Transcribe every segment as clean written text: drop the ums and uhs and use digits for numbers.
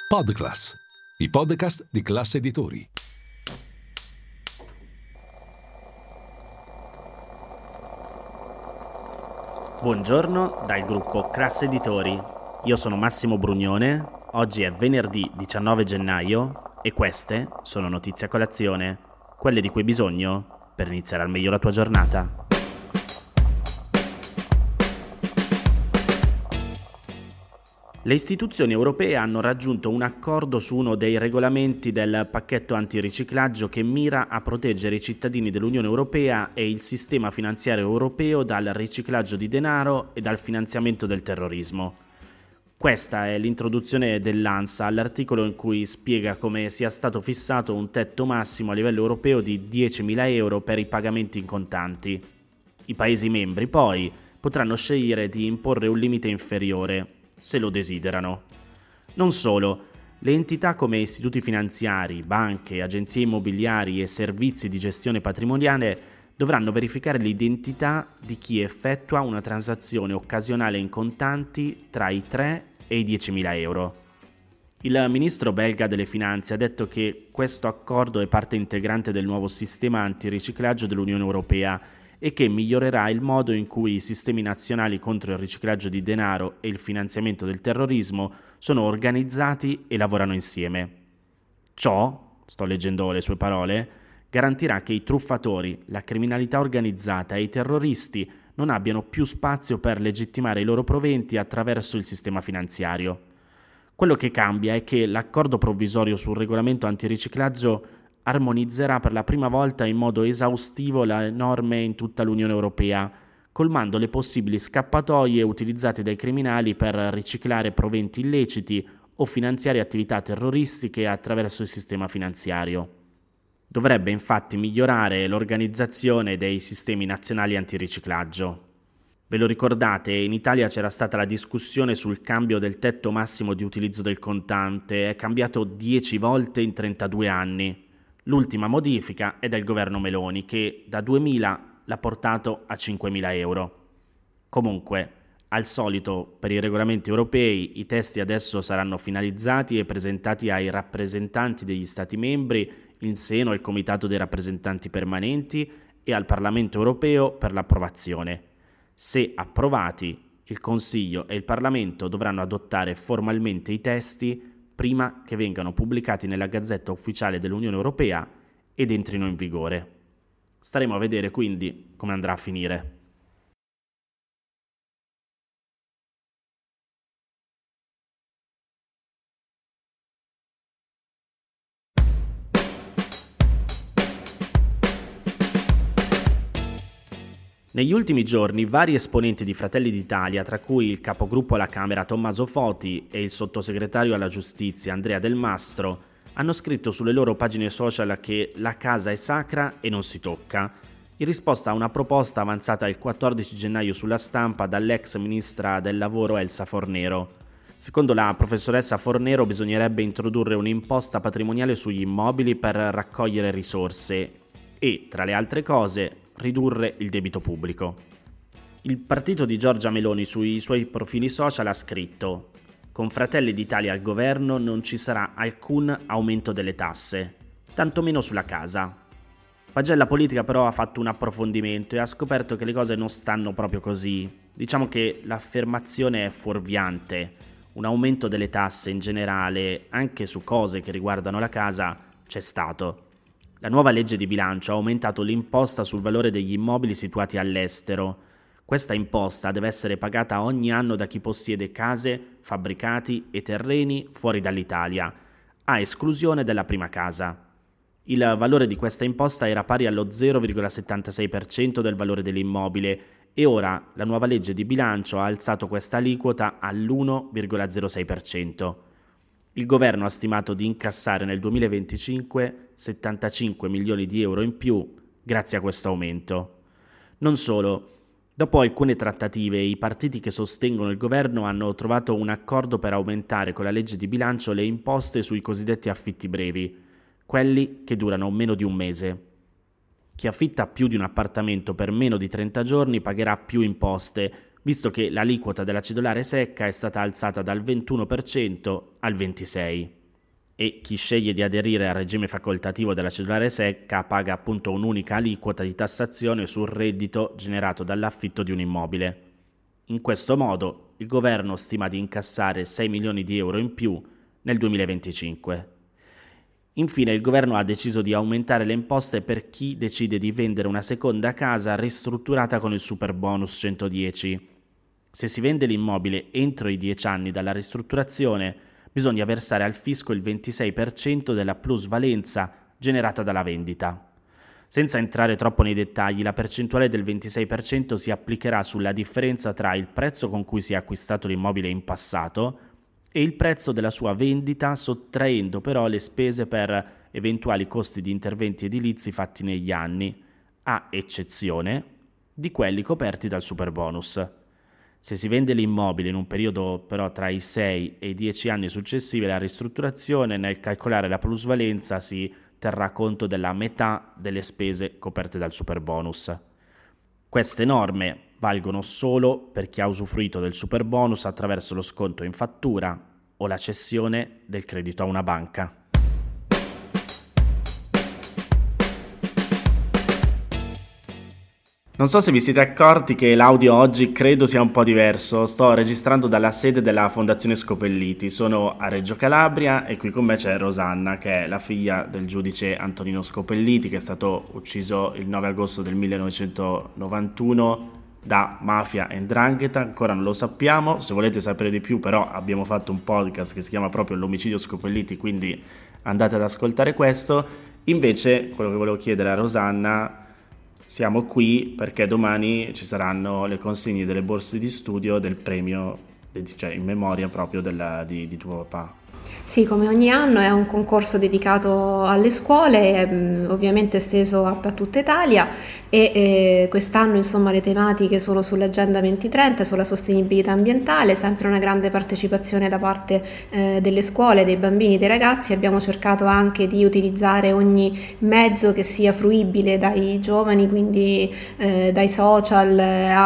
Podclass, i podcast di Classe Editori. Buongiorno dal gruppo Classe Editori. Io sono Massimo Brugnone, oggi è venerdì 19 gennaio e queste sono notizie a colazione, quelle di cui hai bisogno per iniziare al meglio la tua giornata. Le istituzioni europee hanno raggiunto un accordo su uno dei regolamenti del pacchetto antiriciclaggio che mira a proteggere i cittadini dell'Unione Europea e il sistema finanziario europeo dal riciclaggio di denaro e dal finanziamento del terrorismo. Questa è l'introduzione dell'ANSA all'articolo in cui spiega come sia stato fissato un tetto massimo a livello europeo di 10.000 euro per i pagamenti in contanti. I Paesi membri poi potranno scegliere di imporre un limite inferiore, se lo desiderano. Non solo, le entità come istituti finanziari, banche, agenzie immobiliari e servizi di gestione patrimoniale dovranno verificare l'identità di chi effettua una transazione occasionale in contanti tra i 3 e i 10.000 euro. Il ministro belga delle finanze ha detto che questo accordo è parte integrante del nuovo sistema antiriciclaggio dell'Unione Europea e che migliorerà il modo in cui i sistemi nazionali contro il riciclaggio di denaro e il finanziamento del terrorismo sono organizzati e lavorano insieme. Ciò, sto leggendo le sue parole, garantirà che i truffatori, la criminalità organizzata e i terroristi non abbiano più spazio per legittimare i loro proventi attraverso il sistema finanziario. Quello che cambia è che l'accordo provvisorio sul regolamento antiriciclaggio armonizzerà per la prima volta in modo esaustivo le norme in tutta l'Unione Europea, colmando le possibili scappatoie utilizzate dai criminali per riciclare proventi illeciti o finanziare attività terroristiche attraverso il sistema finanziario. Dovrebbe infatti migliorare l'organizzazione dei sistemi nazionali antiriciclaggio. Ve lo ricordate, in Italia c'era stata la discussione sul cambio del tetto massimo di utilizzo del contante, è cambiato 10 volte in 32 anni. L'ultima modifica è del governo Meloni, che da 2.000 l'ha portato a 5.000 euro. Comunque, al solito, per i regolamenti europei, i testi adesso saranno finalizzati e presentati ai rappresentanti degli Stati membri in seno al Comitato dei rappresentanti permanenti e al Parlamento europeo per l'approvazione. Se approvati, il Consiglio e il Parlamento dovranno adottare formalmente i testi prima che vengano pubblicati nella Gazzetta Ufficiale dell'Unione Europea ed entrino in vigore. Staremo a vedere quindi come andrà a finire. Negli ultimi giorni vari esponenti di Fratelli d'Italia, tra cui il capogruppo alla Camera Tommaso Foti e il sottosegretario alla Giustizia Andrea Del Mastro, hanno scritto sulle loro pagine social che la casa è sacra e non si tocca, in risposta a una proposta avanzata il 14 gennaio sulla Stampa dall'ex ministra del lavoro Elsa Fornero. Secondo la professoressa Fornero bisognerebbe introdurre un'imposta patrimoniale sugli immobili per raccogliere risorse e, tra le altre cose, ridurre il debito pubblico. Il partito di Giorgia Meloni sui suoi profili social ha scritto: con Fratelli d'Italia al governo non ci sarà alcun aumento delle tasse, tantomeno sulla casa. Pagella Politica però ha fatto un approfondimento e ha scoperto che le cose non stanno proprio così. Diciamo che l'affermazione è fuorviante. Un aumento delle tasse in generale, anche su cose che riguardano la casa, c'è stato. La nuova legge di bilancio ha aumentato l'imposta sul valore degli immobili situati all'estero. Questa imposta deve essere pagata ogni anno da chi possiede case, fabbricati e terreni fuori dall'Italia, a esclusione della prima casa. Il valore di questa imposta era pari allo 0,76% del valore dell'immobile e ora la nuova legge di bilancio ha alzato questa aliquota all'1,06%. Il governo ha stimato di incassare nel 2025 75 milioni di euro in più grazie a questo aumento. Non solo, dopo alcune trattative i partiti che sostengono il governo hanno trovato un accordo per aumentare con la legge di bilancio le imposte sui cosiddetti affitti brevi, quelli che durano meno di un mese. Chi affitta più di un appartamento per meno di 30 giorni pagherà più imposte, visto che l'aliquota della cedolare secca è stata alzata dal 21% al 26%. e chi sceglie di aderire al regime facoltativo della cedolare secca paga appunto un'unica aliquota di tassazione sul reddito generato dall'affitto di un immobile. In questo modo il governo stima di incassare 6 milioni di euro in più nel 2025. Infine il governo ha deciso di aumentare le imposte per chi decide di vendere una seconda casa ristrutturata con il Superbonus 110. Se si vende l'immobile entro i 10 anni dalla ristrutturazione, bisogna versare al fisco il 26% della plusvalenza generata dalla vendita. Senza entrare troppo nei dettagli, la percentuale del 26% si applicherà sulla differenza tra il prezzo con cui si è acquistato l'immobile in passato e il prezzo della sua vendita, sottraendo però le spese per eventuali costi di interventi edilizi fatti negli anni, a eccezione di quelli coperti dal Superbonus. Se si vende l'immobile in un periodo però tra i 6 e i 10 anni successivi alla ristrutturazione, nel calcolare la plusvalenza si terrà conto della metà delle spese coperte dal Superbonus. Queste norme valgono solo per chi ha usufruito del Superbonus attraverso lo sconto in fattura o la cessione del credito a una banca. Non so se vi siete accorti che l'audio oggi credo sia un po' diverso. Sto registrando dalla sede della Fondazione Scopelliti. Sono a Reggio Calabria e qui con me c'è Rosanna, che è la figlia del giudice Antonino Scopelliti, che è stato ucciso il 9 agosto del 1991 da mafia e 'ndrangheta. Ancora non lo sappiamo. Se volete sapere di più, però, abbiamo fatto un podcast che si chiama proprio L'omicidio Scopelliti, quindi andate ad ascoltare questo. Invece, quello che volevo chiedere a Rosanna: siamo qui perché domani ci saranno le consegne delle borse di studio del premio, cioè in memoria proprio di tuo papà. Sì, come ogni anno è un concorso dedicato alle scuole, ovviamente esteso a tutta Italia e quest'anno insomma le tematiche sono sull'Agenda 2030, sulla sostenibilità ambientale, sempre una grande partecipazione da parte delle scuole, dei bambini, dei ragazzi. Abbiamo cercato anche di utilizzare ogni mezzo che sia fruibile dai giovani, quindi dai social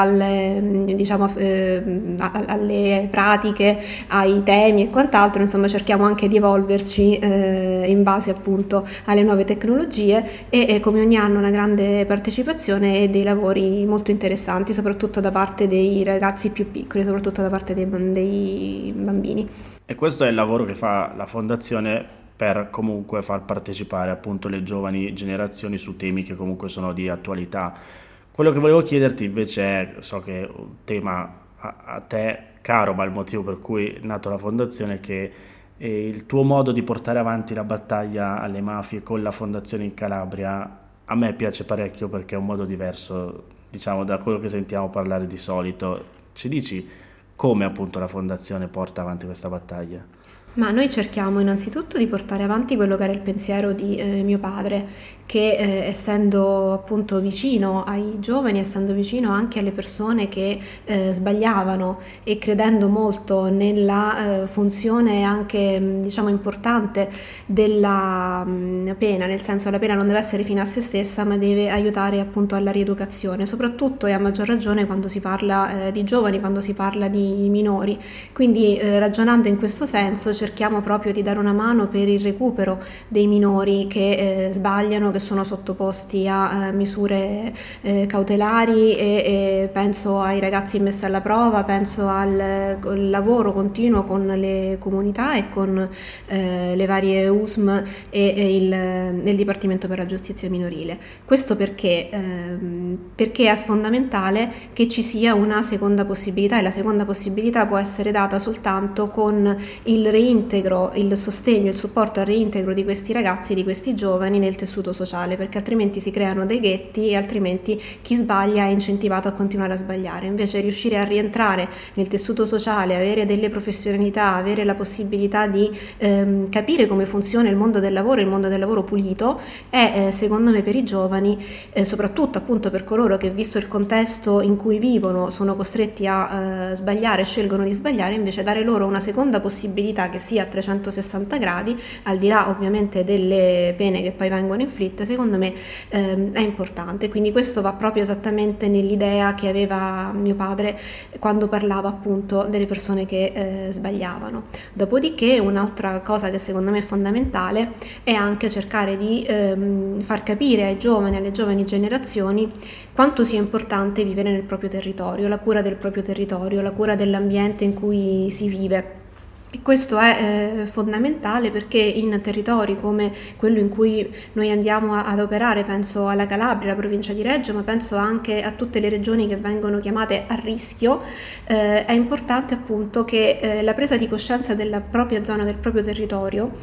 alle pratiche, ai temi e quant'altro. Insomma, cerchiamo anche di evolverci in base appunto alle nuove tecnologie e come ogni anno una grande partecipazione e dei lavori molto interessanti, soprattutto da parte dei ragazzi più piccoli, soprattutto da parte dei bambini. E questo è il lavoro che fa la Fondazione per comunque far partecipare appunto le giovani generazioni su temi che comunque sono di attualità. Quello che volevo chiederti invece è, so che è un tema a te caro, ma il motivo per cui è nato la Fondazione è che il tuo modo di portare avanti la battaglia alle mafie con la Fondazione in Calabria a me piace parecchio, perché è un modo diverso, diciamo, da quello che sentiamo parlare di solito. Ci dici come appunto la Fondazione porta avanti questa battaglia? Ma noi cerchiamo innanzitutto di portare avanti quello che era il pensiero di mio padre, che essendo appunto vicino ai giovani, essendo vicino anche alle persone che sbagliavano e credendo molto nella funzione anche diciamo importante della pena, nel senso la pena non deve essere fine a se stessa, ma deve aiutare appunto alla rieducazione, soprattutto e a maggior ragione quando si parla di giovani, quando si parla di minori. Quindi ragionando in questo senso cerchiamo proprio di dare una mano per il recupero dei minori che sbagliano, che sono sottoposti a misure cautelari e penso ai ragazzi messi alla prova, penso al lavoro continuo con le comunità e con le varie USM e il Dipartimento per la Giustizia Minorile. Questo perché è fondamentale che ci sia una seconda possibilità, e la seconda possibilità può essere data soltanto con il reintegro, il sostegno, il supporto al reintegro di questi ragazzi, di questi giovani nel tessuto sociale, perché altrimenti si creano dei ghetti e altrimenti chi sbaglia è incentivato a continuare a sbagliare. Invece riuscire a rientrare nel tessuto sociale, avere delle professionalità, avere la possibilità di capire come funziona il mondo del lavoro pulito, è secondo me per i giovani, soprattutto appunto per coloro che, visto il contesto in cui vivono, sono costretti a sbagliare, scelgono di sbagliare, invece dare loro una seconda possibilità che sia a 360 gradi, al di là ovviamente delle pene che poi vengono inflitte, secondo me è importante. Quindi questo va proprio esattamente nell'idea che aveva mio padre quando parlava appunto delle persone che sbagliavano. Dopodiché un'altra cosa che secondo me è fondamentale è anche cercare di far capire ai giovani, alle giovani generazioni, quanto sia importante vivere nel proprio territorio, la cura del proprio territorio, la cura dell'ambiente in cui si vive. E questo è fondamentale perché in territori come quello in cui noi andiamo ad operare, penso alla Calabria, alla provincia di Reggio, ma penso anche a tutte le regioni che vengono chiamate a rischio, è importante appunto che la presa di coscienza della propria zona, del proprio territorio,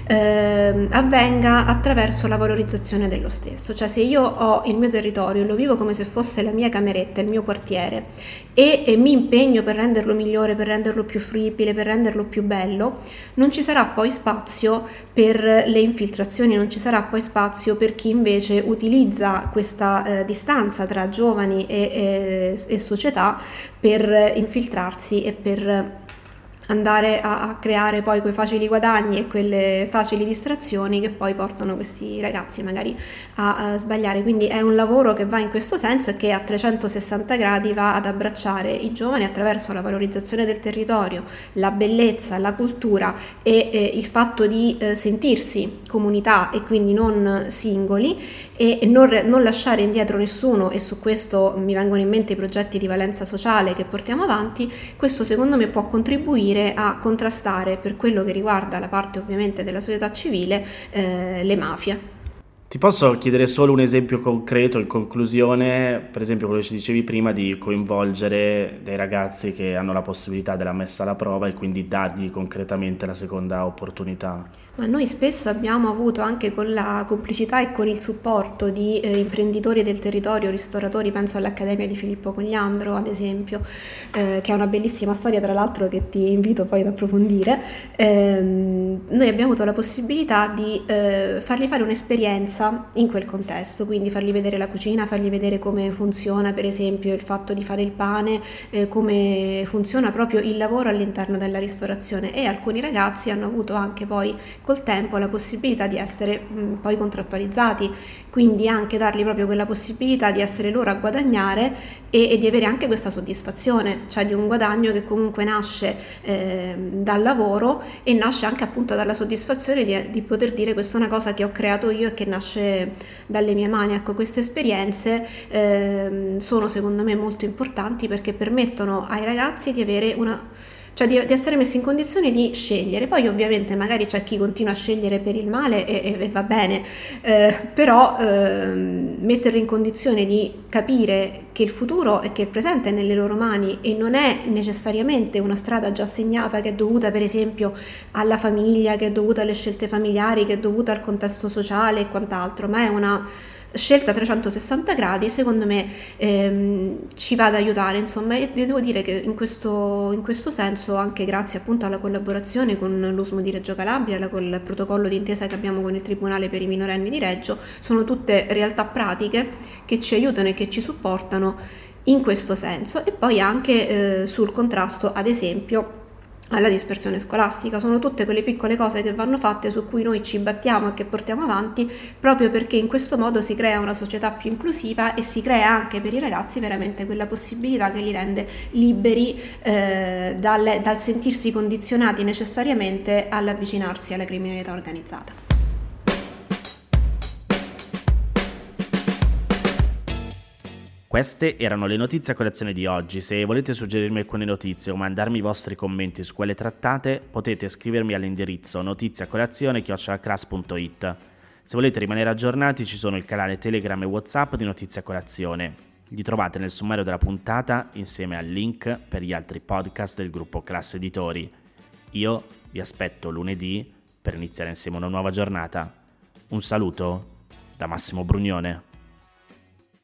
avvenga attraverso la valorizzazione dello stesso. Cioè, se io ho il mio territorio e lo vivo come se fosse la mia cameretta, il mio quartiere, e mi impegno per renderlo migliore, per renderlo più fruibile, per renderlo più bello, non ci sarà poi spazio per le infiltrazioni, non ci sarà poi spazio per chi invece utilizza questa distanza tra giovani e società per infiltrarsi e per andare a creare poi quei facili guadagni e quelle facili distrazioni che poi portano questi ragazzi magari a sbagliare. Quindi è un lavoro che va in questo senso e che a 360 gradi va ad abbracciare i giovani attraverso la valorizzazione del territorio, la bellezza, la cultura e il fatto di sentirsi comunità e quindi non singoli e non lasciare indietro nessuno, e su questo mi vengono in mente i progetti di valenza sociale che portiamo avanti. Questo secondo me può contribuire a contrastare, per quello che riguarda la parte ovviamente della società civile, le mafie. Ti posso chiedere solo un esempio concreto in conclusione, per esempio quello che ci dicevi prima di coinvolgere dei ragazzi che hanno la possibilità della messa alla prova e quindi dargli concretamente la seconda opportunità? Ma noi spesso abbiamo avuto, anche con la complicità e con il supporto di imprenditori del territorio, ristoratori, penso all'Accademia di Filippo Cogliandro ad esempio, che è una bellissima storia tra l'altro che ti invito poi ad approfondire. Noi abbiamo avuto la possibilità di fargli fare un'esperienza in quel contesto, quindi fargli vedere la cucina, fargli vedere come funziona per esempio il fatto di fare il pane, come funziona proprio il lavoro all'interno della ristorazione, e alcuni ragazzi hanno avuto anche poi col tempo la possibilità di essere poi contrattualizzati, quindi anche dargli proprio quella possibilità di essere loro a guadagnare e di avere anche questa soddisfazione, cioè di un guadagno che comunque nasce dal lavoro e nasce anche appunto dalla soddisfazione di poter dire: questa è una cosa che ho creato io e che nasce dalle mie mani. Ecco, queste esperienze sono secondo me molto importanti perché permettono ai ragazzi di avere cioè di essere messi in condizione di scegliere. Poi ovviamente magari c'è chi continua a scegliere per il male e va bene, però metterli in condizione di capire che il futuro e che il presente è nelle loro mani e non è necessariamente una strada già segnata che è dovuta per esempio alla famiglia, che è dovuta alle scelte familiari, che è dovuta al contesto sociale e quant'altro, ma è una scelta a 360 gradi, secondo me ci va ad aiutare, insomma. E devo dire che in questo senso, anche grazie appunto alla collaborazione con l'USMO di Reggio Calabria, con il protocollo d'intesa che abbiamo con il Tribunale per i minorenni di Reggio, sono tutte realtà pratiche che ci aiutano e che ci supportano in questo senso. E poi anche sul contrasto, ad esempio, alla dispersione scolastica. Sono tutte quelle piccole cose che vanno fatte, su cui noi ci battiamo e che portiamo avanti, proprio perché in questo modo si crea una società più inclusiva e si crea anche per i ragazzi veramente quella possibilità che li rende liberi dal sentirsi condizionati necessariamente all'avvicinarsi alla criminalità organizzata. Queste erano le notizie a colazione di oggi. Se volete suggerirmi alcune notizie o mandarmi i vostri commenti su quelle trattate, potete scrivermi all'indirizzo notiziacolazione@cras.it. Se volete rimanere aggiornati, ci sono il canale Telegram e WhatsApp di Notizie a Colazione. Li trovate nel sommario della puntata insieme al link per gli altri podcast del gruppo Classe Editori. Io vi aspetto lunedì per iniziare insieme una nuova giornata. Un saluto da Massimo Brugnone.